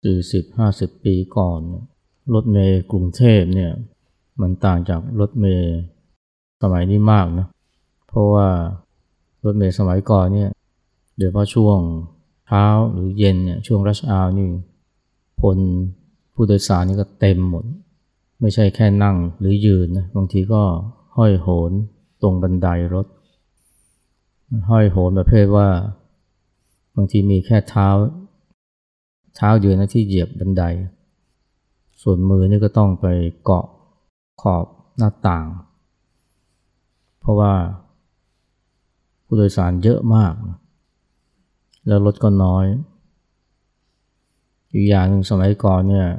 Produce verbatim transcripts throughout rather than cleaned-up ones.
สี่สิบห้าสิบปีก่อนรถเมล์กรุงเทพเนี่ยมันต่างจากรถเมล์สมัยนี้มากนะเพราะว่ารถเมล์สมัยก่อนเนี่ยโดยเฉพาะช่วงเช้าหรือเย็นเนี่ยช่วงรัชอาวนี่คนผู้โดยสารนี่ก็เต็มหมดไม่ใช่แค่นั่งหรือยืนนะบางทีก็ห้อยโหนตรงบันไดรถห้อยโหนประเภทว่าบางทีมีแค่เท้าเท้าเดียวนะที่เหยียบบันไดส่วนมือนี่ก็ต้องไปเกาะขอบหน้าต่างเพราะว่าผู้โดยสารเยอะมากแล้วรถก็น้อยอีกอย่างหนึ่งสมัยก่อนเนี่ย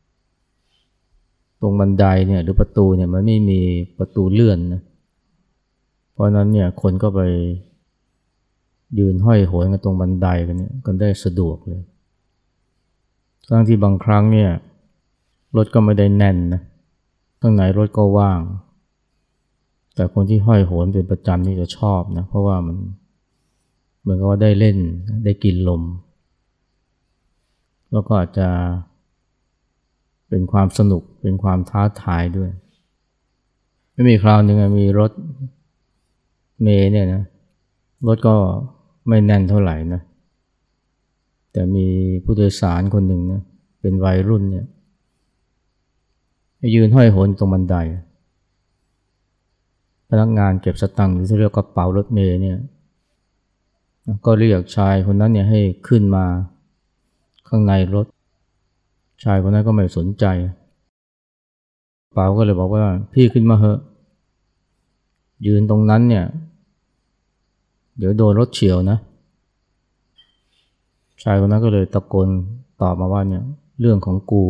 ตรงบันไดเนี่ยหรือประตูเนี่ยมันไม่มีประตูเลื่อนนะเพราะนั้นเนี่ยคนก็ไปยืนห้อยโหนกันตรงบันไดกันเนี่ยกันได้สะดวกเลยทั้งที่บางครั้งเนี่ยรถก็ไม่ได้แน่นนะข้างในรถก็ว่างแต่คนที่ห้อยโหนเป็นประจำนี่จะชอบนะเพราะว่ามันเหมือนกับว่าได้เล่นได้กินลมแล้วก็อาจจะเป็นความสนุกเป็นความท้าทายด้วยไม่มีคราวหนึ่งมีรถเมล์เนี่ยนะรถก็ไม่แน่นเท่าไหร่นะแต่มีผู้โดยสารคนหนึ่งนะเป็นวัยรุ่นเนี่ยยืนห้อยโหนตรงบันไดพนักงานเก็บสตังค์หรือที่เรียกกระเป๋ารถเมล์เนี่ยก็เรียกชายคนนั้นเนี่ยให้ขึ้นมาข้างในรถชายคนนั้นก็ไม่สนใจเป๋าก็เลยบอกว่าพี่ขึ้นมาเหอะยืนตรงนั้นเนี่ยเดี๋ยวโดนรถเฉี่ยวนะชายคนนั้นก็เลยตะโกนตอบมาว่าเนี่ยเรื่องของกู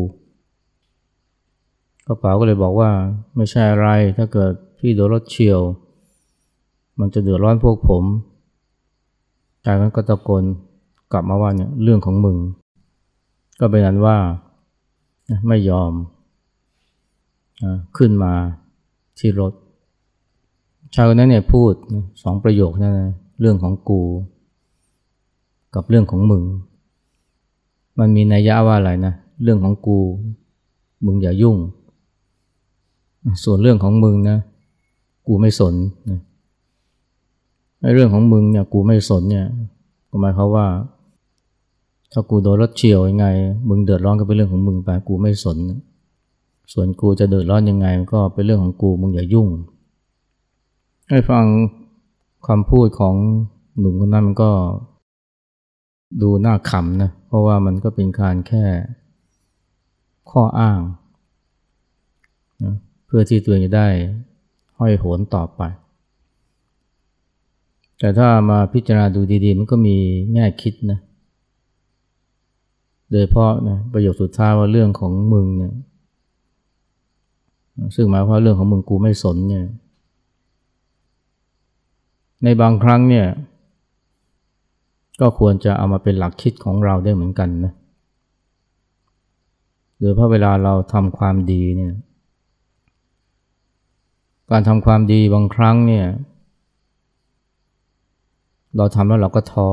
กระเป๋าก็เลยบอกว่าไม่ใช่อะไรถ้าเกิดพี่โดนรถเฉี่ยวมันจะเดือดร้อนพวกผมชายคนนั้นก็ตะโกนกลับมาว่าเนี่ยเรื่องของมึงก็เป็นนั้นว่าไม่ยอมขึ้นมาที่รถชายคนนั้นเนี่ยพูดสองประโยคนั่นนะเรื่องของกูกับเรื่องของมึงมันมีนัยยะว่าอะไรนะเรื่องของกูมึงอย่ายุ่งส่วนเรื่องของมึงนะกูไม่สนนะไอ้เรื่องของมึงเนี่ยกูไม่สนเนี่ยก็หมายความว่าถ้ากูโดนรถเฉี่ยวยังไงมึงเดือดร้อนก็เป็นเรื่องของมึงไปกูไม่สนส่วนกูจะเดือดร้อนยังไงก็เป็นเรื่องของกูมึงอย่ายุ่งให้ฟังคำพูดของหนุ่มคนนั้นมันก็ดูน่าขำนะเพราะว่ามันก็เป็นการแค่ข้ออ้างนะเพื่อที่ตัวเองจะได้ห้อยโหนต่อไปแต่ถ้ามาพิจารณาดูดีๆมันก็มีแง่คิดนะโดยเฉพาะนะประโยคสุดท้ายว่าเรื่องของมึงเนี่ยซึ่งหมายความว่าเรื่องของมึงกูไม่สนเนี่ยในบางครั้งเนี่ยก็ควรจะเอามาเป็นหลักคิดของเราได้เหมือนกันนะโดยเพราะเวลาเราทำความดีเนี่ยการทำความดีบางครั้งเนี่ยเราทำแล้วเราก็ท้อ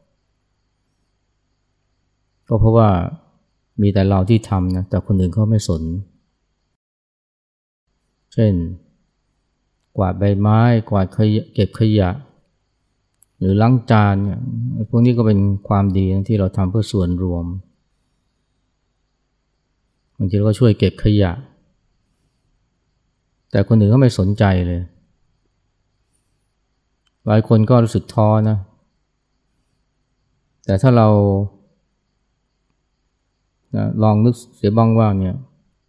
ก็เพราะว่ามีแต่เราที่ทำนะแต่คนอื่นเขาไม่สนเช่นกวาดใบไม้กวาดขยะเก็บขยะหรือล้างจานเนี่ยพวกนี้ก็เป็นความดีที่เราทำเพื่อส่วนรวมบางทีเราก็ช่วยเก็บขยะแต่คนอื่นก็ไม่สนใจเลยหลายคนก็รู้สึกท้อนะแต่ถ้าเรานะลองนึกเสียบ้างว่าเนี่ย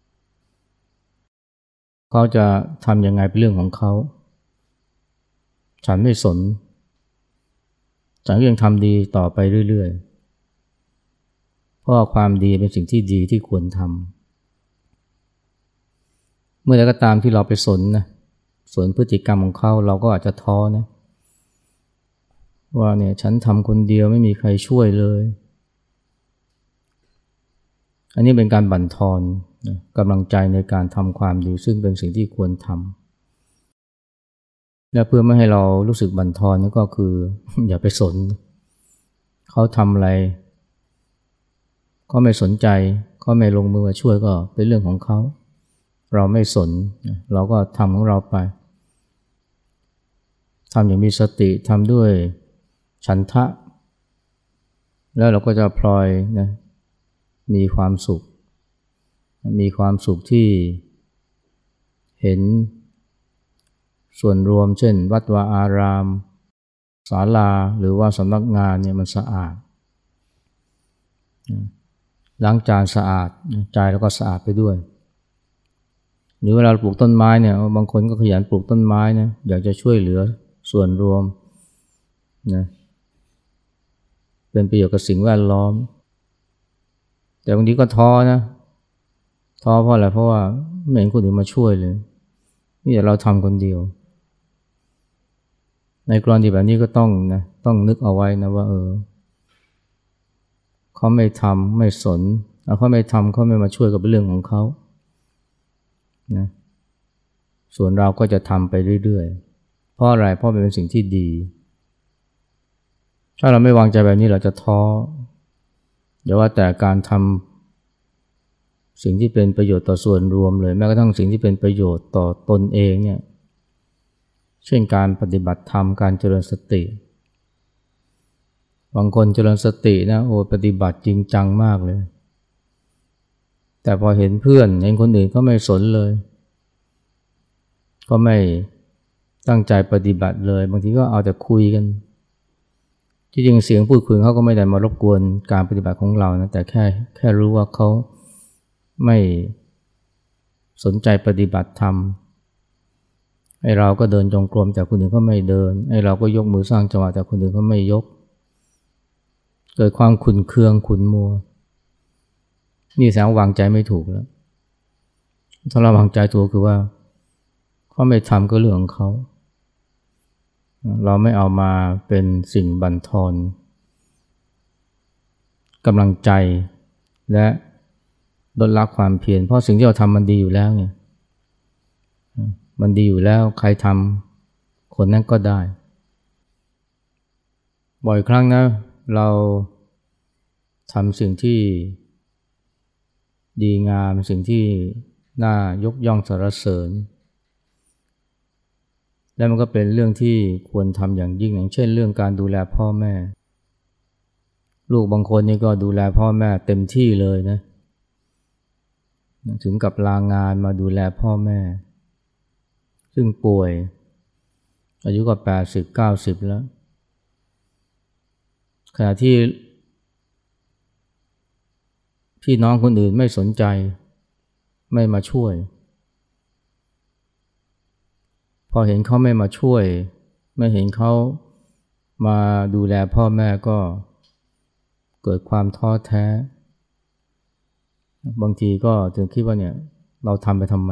เขาจะทำยังไงเป็นเรื่องของเขาฉันไม่สนฉันก็ยังทำดีต่อไปเรื่อยๆเพราะว่าความดีเป็นสิ่งที่ดีที่ควรทำเมื่อใดก็ตามที่เราไปสนนะสนพฤติกรรมของเขาเราก็อาจจะท้อนะว่าเนี่ยฉันทำคนเดียวไม่มีใครช่วยเลยอันนี้เป็นการบั่นทอนนะกำลังใจในการทำความดีซึ่งเป็นสิ่งที่ควรทำและเพื่อไม่ให้เรารู้สึกบั่นทอนนี่ก็คือ อย่าไปสนเขาทำอะไรเขาไม่สนใจเขาไม่ลงมือมาช่วยก็เป็นเรื่องของเขาเราไม่สนเราก็ทำของเราไปทำอย่างมีสติทำด้วยฉันทะแล้วเราก็จะพลอยนะมีความสุขมีความสุขที่เห็นส่วนรวมเช่นวัดวาอารามศาลาหรือว่าสำนักงานเนี่ยมันสะอาดล้างจานสะอาดใจแล้วก็สะอาดไปด้วยหรือเวลาปลูกต้นไม้เนี่ยบางคนก็ขยันปลูกต้นไม้นะอยากจะช่วยเหลือส่วนรวมนะเป็นประโยชน์กับสิ่งแวดล้อมแต่บางทีก็ท้อนะท้อเพราะอะไรเพราะว่าไม่เห็นคนอื่นมาช่วยเลยนี่แต่เราทำคนเดียวในกรณีแบบนี้ก็ต้องนะต้องนึกเอาไว้นะว่าเออเขาไม่ทำไม่สนเอาเขาไม่ทำเขาไม่มาช่วยกับเรื่องของเขานะส่วนเราก็จะทำไปเรื่อยๆเพราะอะไรเพราะมันเป็นสิ่งที่ดีถ้าเราไม่วางใจแบบนี้เราจะท้ออย่าว่าแต่การทำสิ่งที่เป็นประโยชน์ต่อส่วนรวมเลยแม้กระทั่งสิ่งที่เป็นประโยชน์ต่อตนเองเนี่ยเช่นการปฏิบัติธรรมการเจริญสติบางคนเจริญสตินะโอ้ปฏิบัติจริงจังมากเลยแต่พอเห็นเพื่อนเห็นคนอื่นก็ไม่สนเลยก็ไม่ตั้งใจปฏิบัติเลยบางทีก็เอาแต่คุยกันที่จริงเสียงพูดคุยเขาก็ไม่ได้มารบกวนการปฏิบัติของเรานะแต่แค่แค่รู้ว่าเขาไม่สนใจปฏิบัติธรรมไอ้เราก็เดินจงกรมแต่คนอื่นก็ไม่เดินไอ้เราก็ยกมือสร้างจังหวะแต่คนอื่นก็ไม่ยกเกิดความขุ่นเคืองขุ่นมัวนี่แสดงว่าวางใจไม่ถูกแล้วถ้าเราวางใจถูกคือว่าเขาไม่ทำก็เรื่องของเขาเราไม่เอามาเป็นสิ่งบั่นทอนกำลังใจและลดละความเพียรเพราะสิ่งที่เราทำมันดีอยู่แล้วไงมันดีอยู่แล้วใครทำคนนั้นก็ได้บ่อยครั้งนะเราทำสิ่งที่ดีงามสิ่งที่น่ายกย่องสรรเสริญและมันก็เป็นเรื่องที่ควรทำอย่างยิ่งอย่างเช่นเรื่องการดูแลพ่อแม่ลูกบางคนนี่ก็ดูแลพ่อแม่เต็มที่เลยนะถึงกับลางานมาดูแลพ่อแม่ซึ่งป่วยอายุก็แปดสิบ เก้าสิบแล้วขณะที่พี่น้องคนอื่นไม่สนใจไม่มาช่วยพอเห็นเขาไม่มาช่วยไม่เห็นเขามาดูแลพ่อแม่ก็เกิดความท้อแท้บางทีก็ถึงคิดว่าเนี่ยเราทำไปทำไม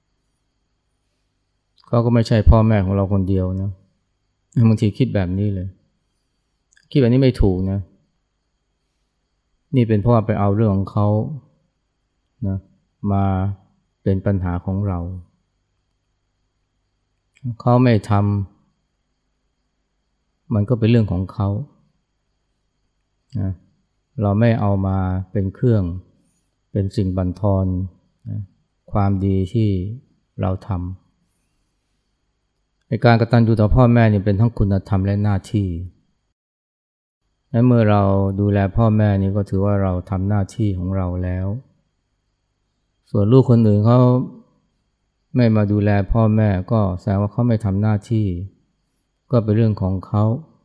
เขาก็ไม่ใช่พ่อแม่ของเราคนเดียวนะบางทีคิดแบบนี้เลยคิดแบบนี้ไม่ถูกนะนี่เป็นเพราะว่าไปเอาเรื่องของเขานะมาเป็นปัญหาของเราเขาไม่ทำมันก็เป็นเรื่องของเขานะเราไม่เอามาเป็นเครื่องเป็นสิ่งบั่นทอนนะความดีที่เราทำในการกตัญญูต่อพ่อแม่นี่เป็นทั้งคุณธรรมและหน้าที่และเมื่อเราดูแลพ่อแม่นี่ก็ถือว่าเราทำหน้าที่ของเราแล้วส่วนลูกคนอื่นเขาไม่มาดูแลพ่อแม่ก็แสดงว่าเขาไม่ทำหน้าที่ก็เป็นเรื่องของเขา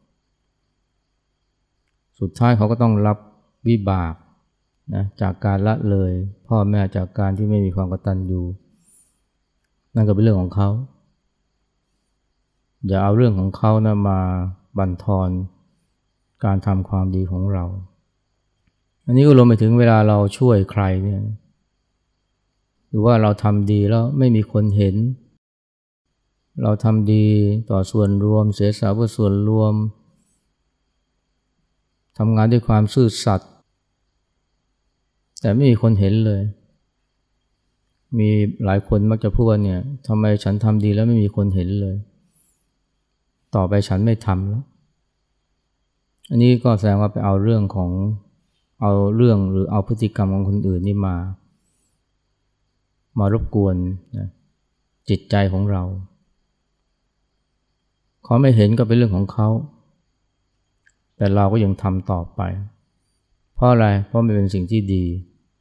สุดท้ายเขาก็ต้องรับวิบากนะจากการละเลยพ่อแม่จากการที่ไม่มีความกตัญญูนั่นก็เป็นเรื่องของเขาอย่าเอาเรื่องของเขานะมาบั่นทอนการทำความดีของเราอันนี้ก็รวมไปถึงเวลาเราช่วยใครเนี่ยหรือว่าเราทำดีแล้วไม่มีคนเห็นเราทำดีต่อส่วนรวมเสียสละเพื่อส่วนรวมทำงานด้วยความซื่อสัตย์แต่ไม่มีคนเห็นเลยมีหลายคนมักจะพูดว่าเนี่ยทำไมฉันทำดีแล้วไม่มีคนเห็นเลยต่อไปฉันไม่ทำแล้วอันนี้ก็แสดงว่าไปเอาเรื่องของเอาเรื่องหรือเอาพฤติกรรมของคนอื่นนี่มามารบกวนนะจิตใจของเราเขาไม่เห็นก็เป็นเรื่องของเขาแต่เราก็ยังทำต่อไปเพราะอะไรเพราะมันเป็นสิ่งที่ดี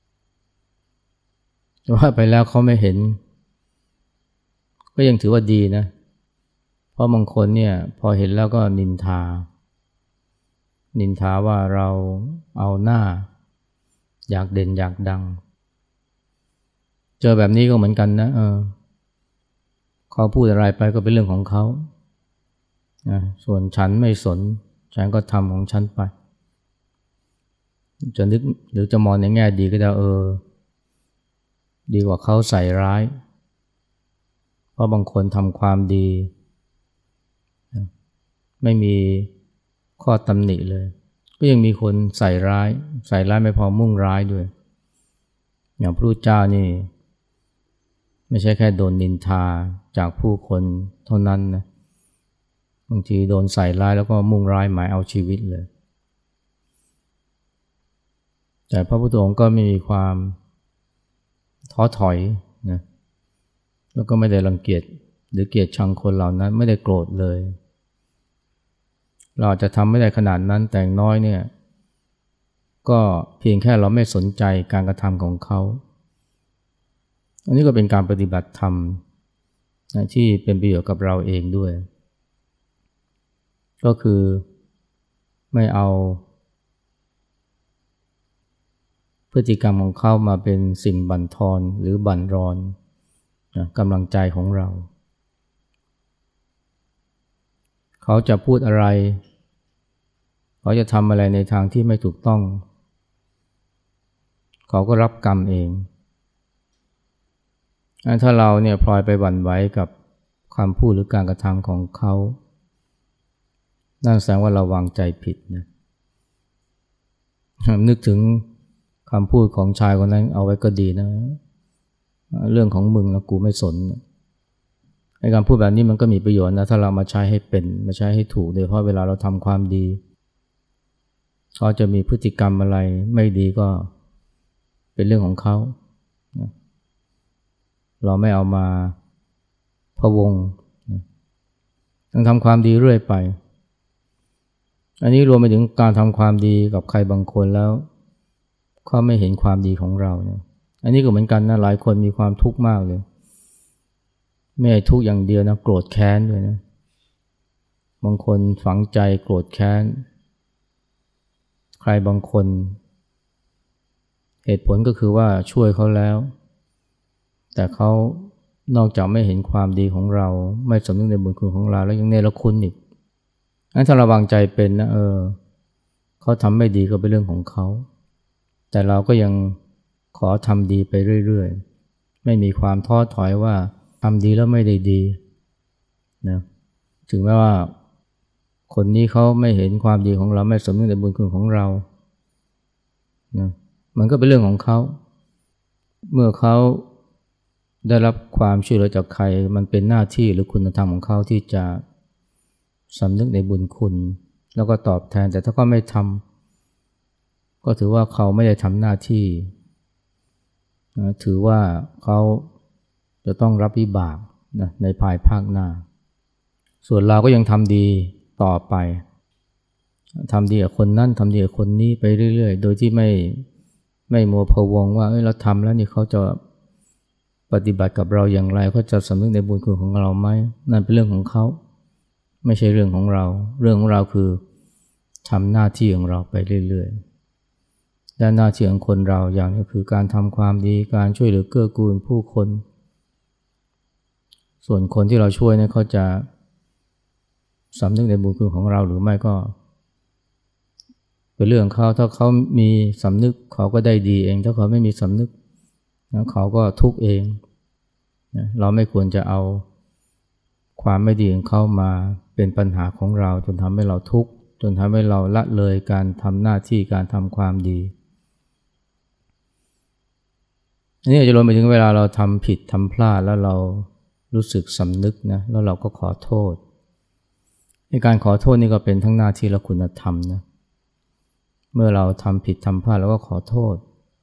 ว่าไปแล้วเขาไม่เห็นก็ยังถือว่าดีนะเพราะบางคนเนี่ยพอเห็นแล้วก็นินทานินทาว่าเราเอาหน้าอยากเด่นอยากดังเจอแบบนี้ก็เหมือนกันนะเออเขาพูดอะไรไปก็เป็นเรื่องของเขานะส่วนฉันไม่สนฉันก็ทำของฉันไปจะนึกหรือจะมองในแง่ดีก็ได้เออดีกว่าเขาใส่ร้ายเพราะบางคนทำความดีไม่มีข้อตำหนิเลยก็ยังมีคนใส่ร้ายใส่ร้ายไม่พอมุ่งร้ายด้วยอย่างพระพุทธเจ้านี่ไม่ใช่แค่โดนนินทาจากผู้คนเท่านั้นนะบางทีโดนใส่ร้ายแล้วก็มุ่งร้ายหมายเอาชีวิตเลยแต่พระพุทธองค์ก็ไม่มีความท้อถอยนะแล้วก็ไม่ได้รังเกียจหรือเกลียดชังคนเหล่านั้นไม่ได้โกรธเลยเราจะทำไม่ได้ขนาดนั้นแต่อย่างน้อยเนี่ยก็เพียงแค่เราไม่สนใจการกระทำของเขาอันนี้ก็เป็นการปฏิบัติธรรมนะที่เป็นประโยชน์กับเราเองด้วยก็คือไม่เอาพฤติกรรมของเขามาเป็นสิ่งบั่นทอนหรือบั่นรอนนะกำลังใจของเราเขาจะพูดอะไรเขาจะทำอะไรในทางที่ไม่ถูกต้องเขาก็รับกรรมเองถ้าเราเนี่ยพลอยไปหวั่นไหวกับคำพูดหรือการกระทำของเขานั่นแสดงว่าเราวางใจผิดนะนึกถึงคำพูดของชายคนนั้นเอาไว้ก็ดีนะเรื่องของมึงแล้วกูไม่สนไอ้การพูดแบบนี้มันก็มีประโยชน์นะถ้าเรามาใช้ให้เป็นมาใช้ให้ถูกโดยเฉพาะเวลาเราทำความดีเขาจะมีพฤติกรรมอะไรไม่ดีก็เป็นเรื่องของเขาเราไม่เอามาพะวงต้องทำความดีเรื่อยไปอันนี้รวมไปถึงการทำความดีกับใครบางคนแล้วเขาไม่เห็นความดีของเราเนี่ยอันนี้ก็เหมือนกันนะหลายคนมีความทุกข์มากเลยไม่ใช่ทุกข์อย่างเดียวนะโกรธแค้นด้วยนะบางคนฝังใจโกรธแค้นใครบางคนเหตุผลก็คือว่าช่วยเขาแล้วแต่เขานอกจากไม่เห็นความดีของเราไม่สำนึกในบุญคุณของเราแล้วยังเนรคุณอีกงั้นถ้าเราวางใจเป็นนะเออเขาทำไม่ดีก็เป็นเรื่องของเขาแต่เราก็ยังขอทำดีไปเรื่อยๆไม่มีความท้อถอยว่าทำดีแล้วไม่ได้ดีนะถึงแม้ว่าคนนี้เขาไม่เห็นความดีของเราไม่สำนึกในบุญคุณของเรานะมันก็เป็นเรื่องของเขาเมื่อเขาได้รับความช่วยเหลือจากใครมันเป็นหน้าที่หรือคุณธรรมของเขาที่จะสำนึกในบุญคุณแล้วก็ตอบแทนแต่ถ้าเขาไม่ทำก็ถือว่าเขาไม่ได้ทำหน้าที่นะถือว่าเขาจะต้องรับวิบากนะในภายภาคหน้าส่วนเราก็ยังทำดีต่อไปทำดีกับคนนั้นทำดีกับคนนี้ไปเรื่อยๆโดยที่ไม่ไม่มัวพะวงว่าเอ้ยเราทำแล้วนี่เขาจะปฏิบัติกับเราอย่างไรเขาจะสำนึกในบุญคุณของเราไหมนั่นเป็นเรื่องของเขาไม่ใช่เรื่องของเราเรื่องของเราคือทำหน้าที่ของเราไปเรื่อยๆและหน้าที่ของคนเราอย่างนี้คือการทำความดีการช่วยเหลือเกื้อกูลผู้คนส่วนคนที่เราช่วยเนี่ยเขาจะสำนึกในบุญคุณของเราหรือไม่ก็เป็นเรื่องของเขาถ้าเขามีสำนึกเขาก็ได้ดีเองถ้าเขาไม่มีสำนึกนะเขาก็ทุกข์เองนะเราไม่ควรจะเอาความไม่ดีของเขามาเป็นปัญหาของเราจนทำให้เราทุกข์จนทำให้เราละเลยการทำหน้าที่การทำความดีอันนี้อาจจะรวมไปถึงเวลาเราทำผิดทำพลาดแล้วเรารู้สึกสำนึกนะแล้วเราก็ขอโทษในการขอโทษนี่ก็เป็นทั้งหน้าที่และคุณธรรมนะเมื่อเราทำผิดทำพลาดเราก็ขอโทษ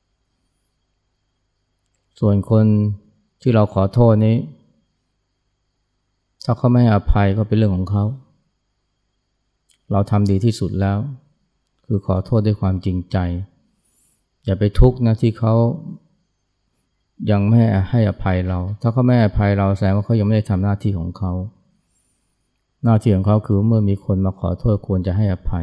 ส่วนคนที่เราขอโทษนี้ถ้าเขาไม่ให้อภัยก็เป็นเรื่องของเขาเราทำดีที่สุดแล้วคือขอโทษด้วยความจริงใจอย่าไปทุกข์นะที่เขายังไม่ให้อภัยเราถ้าเขาไม่ให้อภัยเราแสดงว่าเขายังไม่ได้ทำหน้าที่ของเขาหน้าที่ของเขาคือเมื่อมีคนมาขอโทษควรจะให้อภัย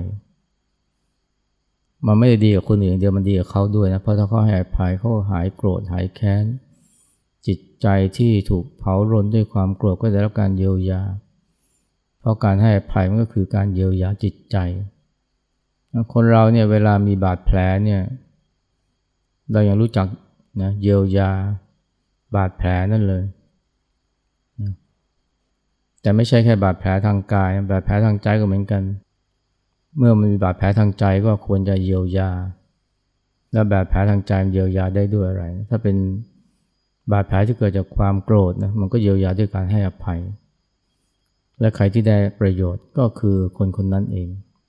มันไม่ได้ดีกับคนอื่นเดียวมันดีกับเขาด้วยนะเพราะถ้าเขาให้อภัยเขาหายโกรธหายแค้นจิตใจที่ถูกเผารนด้วยความโกรธก็ได้รับการเยียวยาเพราะการให้อภัยมันก็คือการเยียวยาจิตใจคนเราเนี่ยเวลามีบาดแผลเนี่ยเรายังรู้จักนะเยียวยาบาดแผลนั่นเลยนะแต่ไม่ใช่แค่บาดแผลทางกายบาดแผลทางใจก็เหมือนกันเมื่อมันมีบาดแผลทางใจก็ควรจะเยียวยาและบาดแผลทางใจเยียวยาได้ด้วยอะไรถ้าเป็นบาดแผลที่เกิดจากความโกรธนะมันก็เยียวยาด้วยการให้อภัยและใครที่ได้ประโยชน์ก็คือคนคนนั้นเอง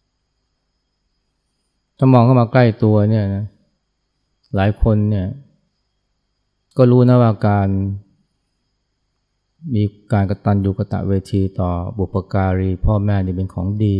ถ้ามองเข้ามาใกล้ตัวเนี่ยนะหลายคนเนี่ยก็รู้นะว่าการมีการกตัญญูกตเวทีต่อบุพการีพ่อแม่นี่เป็นของดี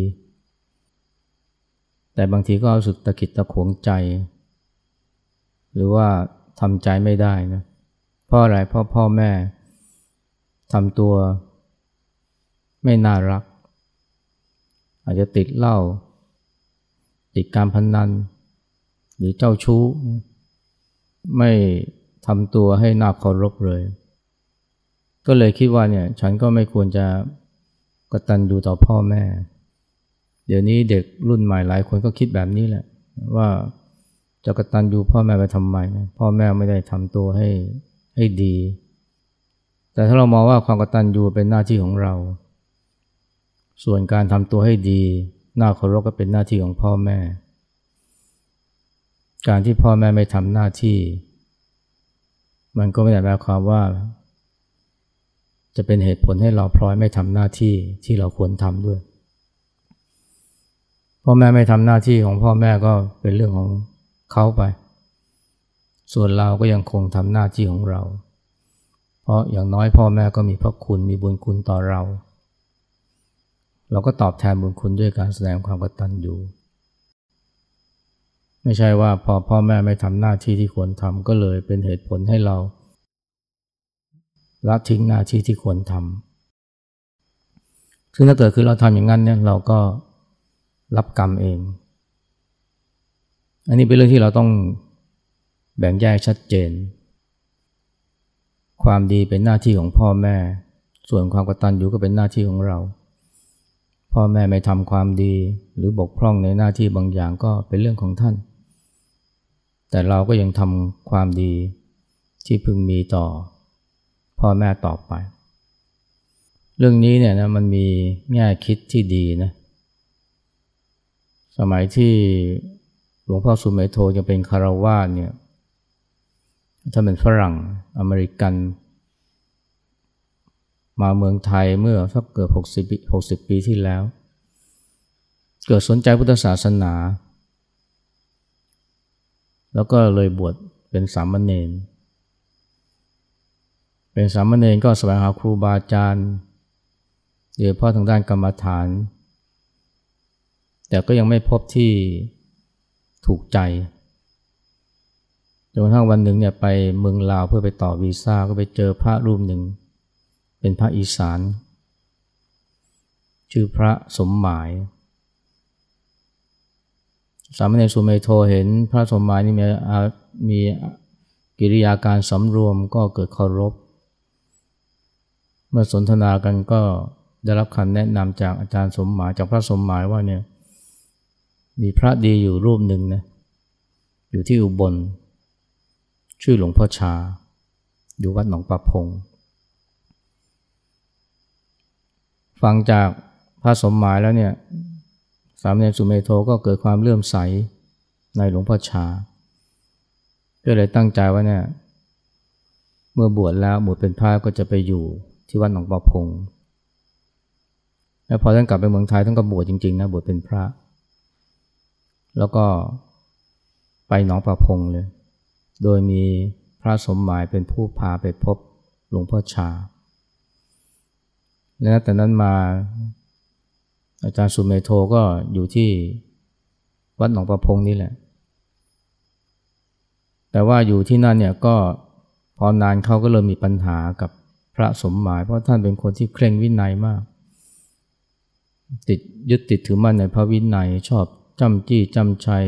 แต่บางทีก็รู้สึกตะขิดตะขวงใจหรือว่าทำใจไม่ได้นะเพราะอะไรเพราะพ่อแม่ทำตัวไม่น่ารักอาจจะติดเหล้าติดการพนันหรือเจ้าชู้ไม่ทำตัวให้น่าเคารพเลยก็เลยคิดว่าเนี่ยฉันก็ไม่ควรจะกตัญญูต่อพ่อแม่เดี๋ยวนี้เด็กรุ่นใหม่หลายคนก็คิดแบบนี้แหละว่าจะกตัญญูพ่อแม่ไปทำไมนะพ่อแม่ไม่ได้ทำตัวให้ให้ดีแต่ถ้าเรามองว่าความกตัญญูเป็นหน้าที่ของเราส่วนการทำตัวให้ดีน่าเคารพก็เป็นหน้าที่ของพ่อแม่การที่พ่อแม่ไม่ทำหน้าที่มันก็ไม่ได้แปลความว่าจะเป็นเหตุผลให้เราพลอยไม่ทำหน้าที่ที่เราควรทำด้วยพ่อแม่ไม่ทำหน้าที่ของพ่อแม่ก็เป็นเรื่องของเขาไปส่วนเราก็ยังคงทำหน้าที่ของเราเพราะอย่างน้อยพ่อแม่ก็มีพระคุณมีบุญคุณต่อเราเราก็ตอบแทนบุญคุณด้วยการแสดงความกตัญญูไม่ใช่ว่าพอพ่อแม่ไม่ทำหน้าที่ที่ควรทำก็เลยเป็นเหตุผลให้เราละทิ้งหน้าที่ที่ควรทำซึ่งถ้าเกิดคือเราทำอย่างนั้นเนี่ยเราก็รับกรรมเองอันนี้เป็นเรื่องที่เราต้องแบ่งแยกชัดเจนความดีเป็นหน้าที่ของพ่อแม่ส่วนความกตัญญูก็เป็นหน้าที่ของเราพ่อแม่ไม่ทำความดีหรือบกพร่องในหน้าที่บางอย่างก็เป็นเรื่องของท่านแต่เราก็ยังทำความดีที่พึงมีต่อพ่อแม่ต่อไปเรื่องนี้เนี่ยนะมันมีแง่คิดที่ดีนะสมัยที่หลวงพ่อสุเมโธยังเป็นคฤหัสถ์เนี่ยถ้าเป็นฝรั่งอเมริกันมาเมืองไทยเมื่อสักเกือบหกสิบ หกสิบปีที่แล้วเกิดสนใจพุทธศาสนาแล้วก็เลยบวชเป็นสามเณรเป็นสามเณรก็แสวงหาครูบาอาจารย์โดยเฉพาะทางด้านกรรมฐานแต่ก็ยังไม่พบที่ถูกใจจนกระทั่งวันหนึ่งเนี่ยไปเมืองลาวเพื่อไปต่อวีซ่าก็ไปเจอพระรูปหนึ่งเป็นพระอีสานชื่อพระสมหมายสามเณรสุเมโธเห็นพระสมหมายนี่มีมีกิริยาการสำรวมก็เกิดเคารพเมื่อสนทนากันก็ได้รับคำแนะนำจากอาจารย์สมหมายจากพระสมหมายว่าเนี่ยมีพระดีอยู่รูปหนึ่งนะอยู่ที่อุบลชื่อหลวงพ่อชาอยู่วัดหนองประพงฟังจากพระสมหมายแล้วเนี่ยสามเณรสุเมโธก็เกิดความเลื่อมใสในหลวงพ่อชาก็เลยตั้งใจว่าเนี่ยเมื่อบวชแล้วบวชเป็นพระก็จะไปอยู่ที่วัดหนองประพงแล้วพอท่านกลับไปเมืองไทยท่านก็บวชจริงๆนะบวชเป็นพระแล้วก็ไปหนองประพงเลยโดยมีพระสมหมายเป็นผู้พาไปพบหลวงพ่อชาและแต่นั้นมาอาจารย์สุเมโธก็อยู่ที่วัดหนองประพงนี่แหละแต่ว่าอยู่ที่นั่นเนี่ยก็พอนานเขาก็เริ่มมีปัญหากับพระสมหมายเพราะท่านเป็นคนที่เคร่งวินัยมากติดยึดติดถือมั่นในพระวินัยชอบจ้ำจี้จ้ำชัย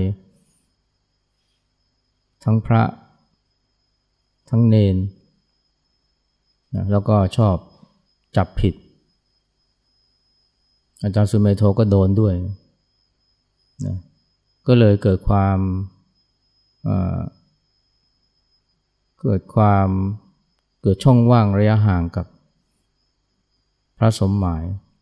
ทั้งพระทั้งเณรนะแล้วก็ชอบจับผิดอาจารย์สุเมโธก็โดนด้วยนะก็เลยเกิดความเอ่อเกิดความเกิดช่องว่างระยะห่างกับพระสมหมาย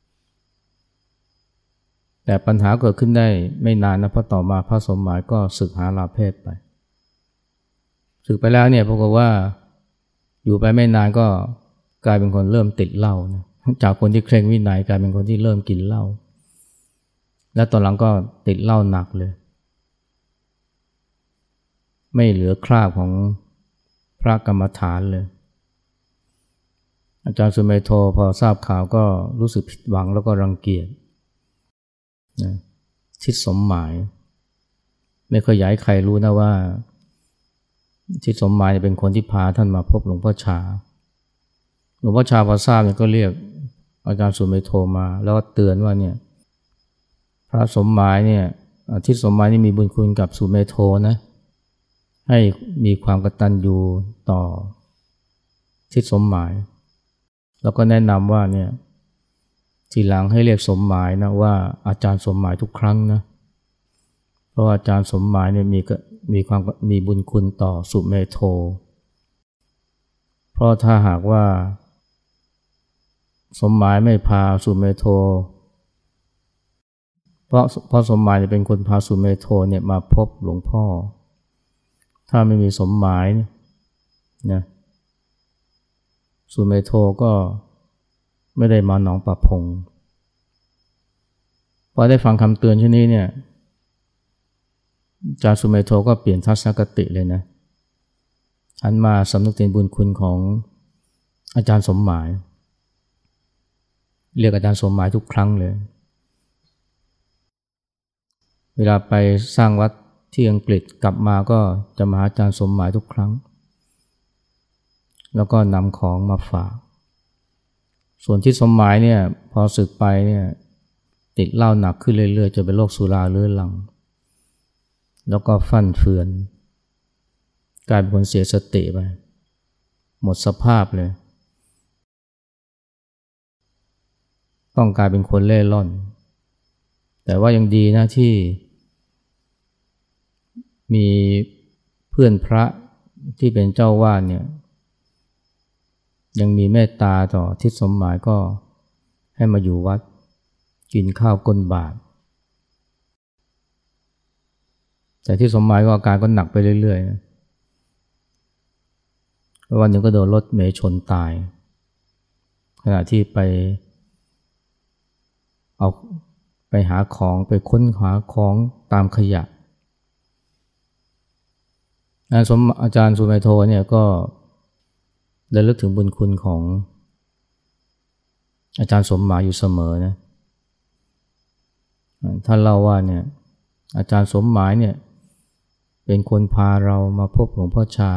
แต่ปัญหาเกิดขึ้นได้ไม่นานนะเพราะต่อมาพระสมหมายก็สึกหาลาเพศไปสึกไปแล้วเนี่ยปรากฏว่าอยู่ไปไม่นานก็กลายเป็นคนเริ่มติดเหล้านะจากคนที่เคร่งวินัยกลายเป็นคนที่เริ่มกินเหล้าและตอนหลังก็ติดเหล้าหนักเลยไม่เหลือคราบของพระกรรมฐานเลยอาจารย์สุเมโธพอทราบข่าวก็รู้สึกผิดหวังแล้วก็รังเกียจนะทิศสมหมายไม่เคยอยากให้ใครรู้นะว่าทิศสมหมายเป็นคนที่พาท่านมาพบหลวงพ่อชาหลวงพ่อชาพอทราบเนี่ยก็เรียกอาจารย์สุเมโธมาแล้วก็เตือนว่าเนี่ยพระสมหมายเนี่ยทิศสมหมายนี่มีบุญคุณกับสุเมโธนะให้มีความกตัญญูต่อทิศสมหมายแล้วก็แนะนำว่าเนี่ยทีหลังให้เรียกสมหมายนะว่าอาจารย์สมหมายทุกครั้งนะเพราะอาจารย์สมหมายเนี่ยมีมีความมีบุญคุณต่อสุเมโธเพราะถ้าหากว่าสมหมายไม่พาสุเมโธเพราะเพราะสมหมายเป็นคนพาสุเมโธเนี่ยมาพบหลวงพ่อถ้าไม่มีสมหมายนะสุเมโธก็ไม่ได้มาหนองประพงพอได้ฟังคำเตือนเช่นนี้เนี่ยอาจารย์สุเมโธก็เปลี่ยนทัศนคติเลยนะหันมาสำนึกในบุญคุณของอาจารย์สมหมายเรียกอาจารย์สมหมายทุกครั้งเลยเวลาไปสร้างวัดที่อังกฤษกลับมาก็จะมาหาอาจารย์สมหมายทุกครั้งแล้วก็นำของมาฝากส่วนที่สมหมายเนี่ยพอสึกไปเนี่ยติดเหล้าหนักขึ้นเรื่อยๆจนเป็นโรคสุราเรื้อรังแล้วก็ฟั่นเฟือนกลายเป็นคนเสียสติไปหมดสภาพเลยต้องกลายเป็นคนเล่ร่อนแต่ว่ายังดีนะที่มีเพื่อนพระที่เป็นเจ้าวาดเนี่ยยังมีเมตตาต่อทิศสมหมายก็ให้มาอยู่วัดกินข้าวก้นบาตรแต่ที่สมหมายก็อาการก็หนักไปเรื่อยๆนะวันหนึ่งก็โดนรถเมล์ชนตายขณะที่ไปเอาไปหาของไปค้นหาของตามขยะอาจารย์สุเมโธเนี่ยก็ได้ระลึกถึงบุญคุณของอาจารย์สมหมายอยู่เสมอนะท่านเล่าว่าเนี่ยอาจารย์สมหมายเนี่ยเป็นคนพาเรามาพบหลวงพ่อชา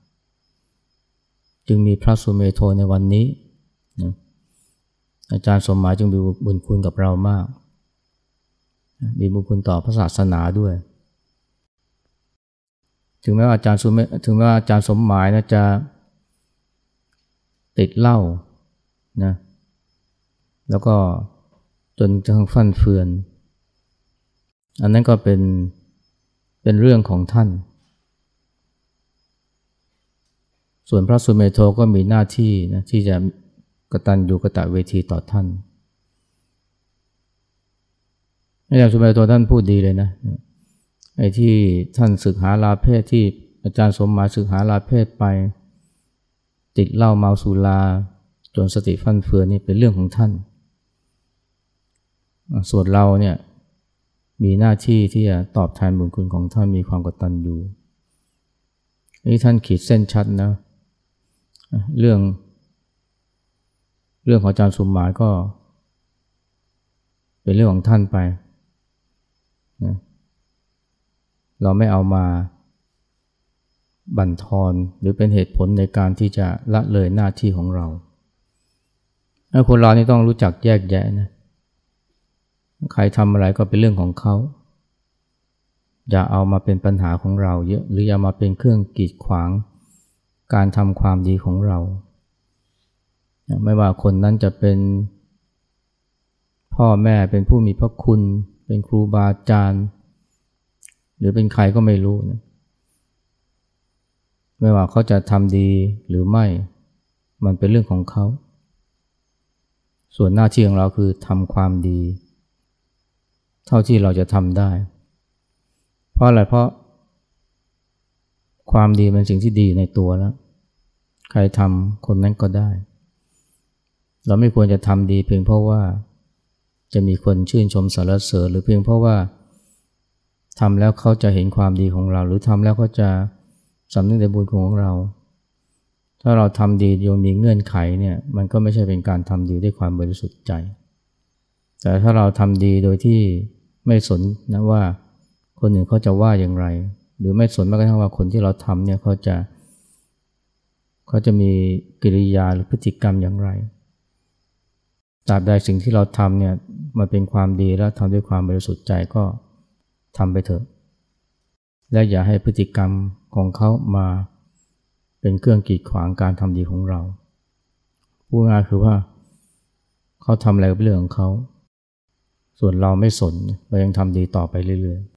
จึงมีพระสุเมโธในวันนี้นะอาจารย์สมหมายจึงมีบุญคุณกับเรามากมีบุญคุณต่อพระศาสนาด้วยถึงแม้ว่าอาจารย์สุเมถึงแม้ว่าอาจารย์สมหมายนะจะติดเหล้านะแล้วก็จนทั้งฟั่นเฟือนอันนั้นก็เป็นเป็นเรื่องของท่านส่วนพระสุเมโธก็มีหน้าที่นะที่จะกตัญญูกตเวทีต่อท่านอาจารย์สุเมโธท่านพูดดีเลยนะไอ้ที่ท่านศึกหาลาเพศที่อาจารย์สมหมายศึกหาลาเพศไปติดเหล้าเมาสุราจนสติฟั่นเฟือนนี่เป็นเรื่องของท่านส่วนเราเนี่ยมีหน้าที่ที่จะตอบแทนบุญคุณของท่านมีความกตัญญูนี่ท่านขีดเส้นชัดนะเรื่องเรื่องของอาจารย์สมหมายก็เป็นเรื่องของท่านไปนะเราไม่เอามาบั่นทอนหรือเป็นเหตุผลในการที่จะละเลยหน้าที่ของเราถ้าคนเรานี่ต้องรู้จักแยกแยะนะใครทำอะไรก็เป็นเรื่องของเขาอย่าเอามาเป็นปัญหาของเราเยอะหรืออย่ามาเป็นเครื่องกีดขวางการทำความดีของเราไม่ว่าคนนั้นจะเป็นพ่อแม่เป็นผู้มีพระคุณเป็นครูบาอาจารย์หรือเป็นใครก็ไม่รู้นะไม่ว่าเขาจะทำดีหรือไม่มันเป็นเรื่องของเขาส่วนหน้าที่ของเราคือทำความดีเท่าที่เราจะทำได้เพราะอะไรเพราะความดีเป็นสิ่งที่ดีในตัวแล้วใครทำคนนั้นก็ได้เราไม่ควรจะทำดีเพียงเพราะว่าจะมีคนชื่นชมสรรเสริญหรือเพียงเพราะว่าทำแล้วเขาจะเห็นความดีของเราหรือทำแล้วเขาจะสำนึกในบุญคุณของเราถ้าเราทำดีโดยมีเงื่อนไขเนี่ยมันก็ไม่ใช่เป็นการทำดีด้วยความบริสุทธิ์ใจแต่ถ้าเราทำดีโดยที่ไม่สนนะว่าคนอื่นเขาจะว่าอย่างไรหรือไม่สนแม้กระทั่งว่าคนที่เราทำเนี่ยเขาจะเขาจะมีกิริยาหรือพฤติกรรมอย่างไรตราบใดสิ่งที่เราทำเนี่ยมันเป็นความดีแล้วทำด้วยความบริสุทธิ์ใจก็ทำไปเถอะและอย่าให้พฤติกรรมของเขามาเป็นเครื่องกีดขวางการทำดีของเราพูดง่ายคือว่าเขาทำอะไรก็เป็นเรื่องของเขาส่วนเราไม่สนเรายังทำดีต่อไปเรื่อยๆ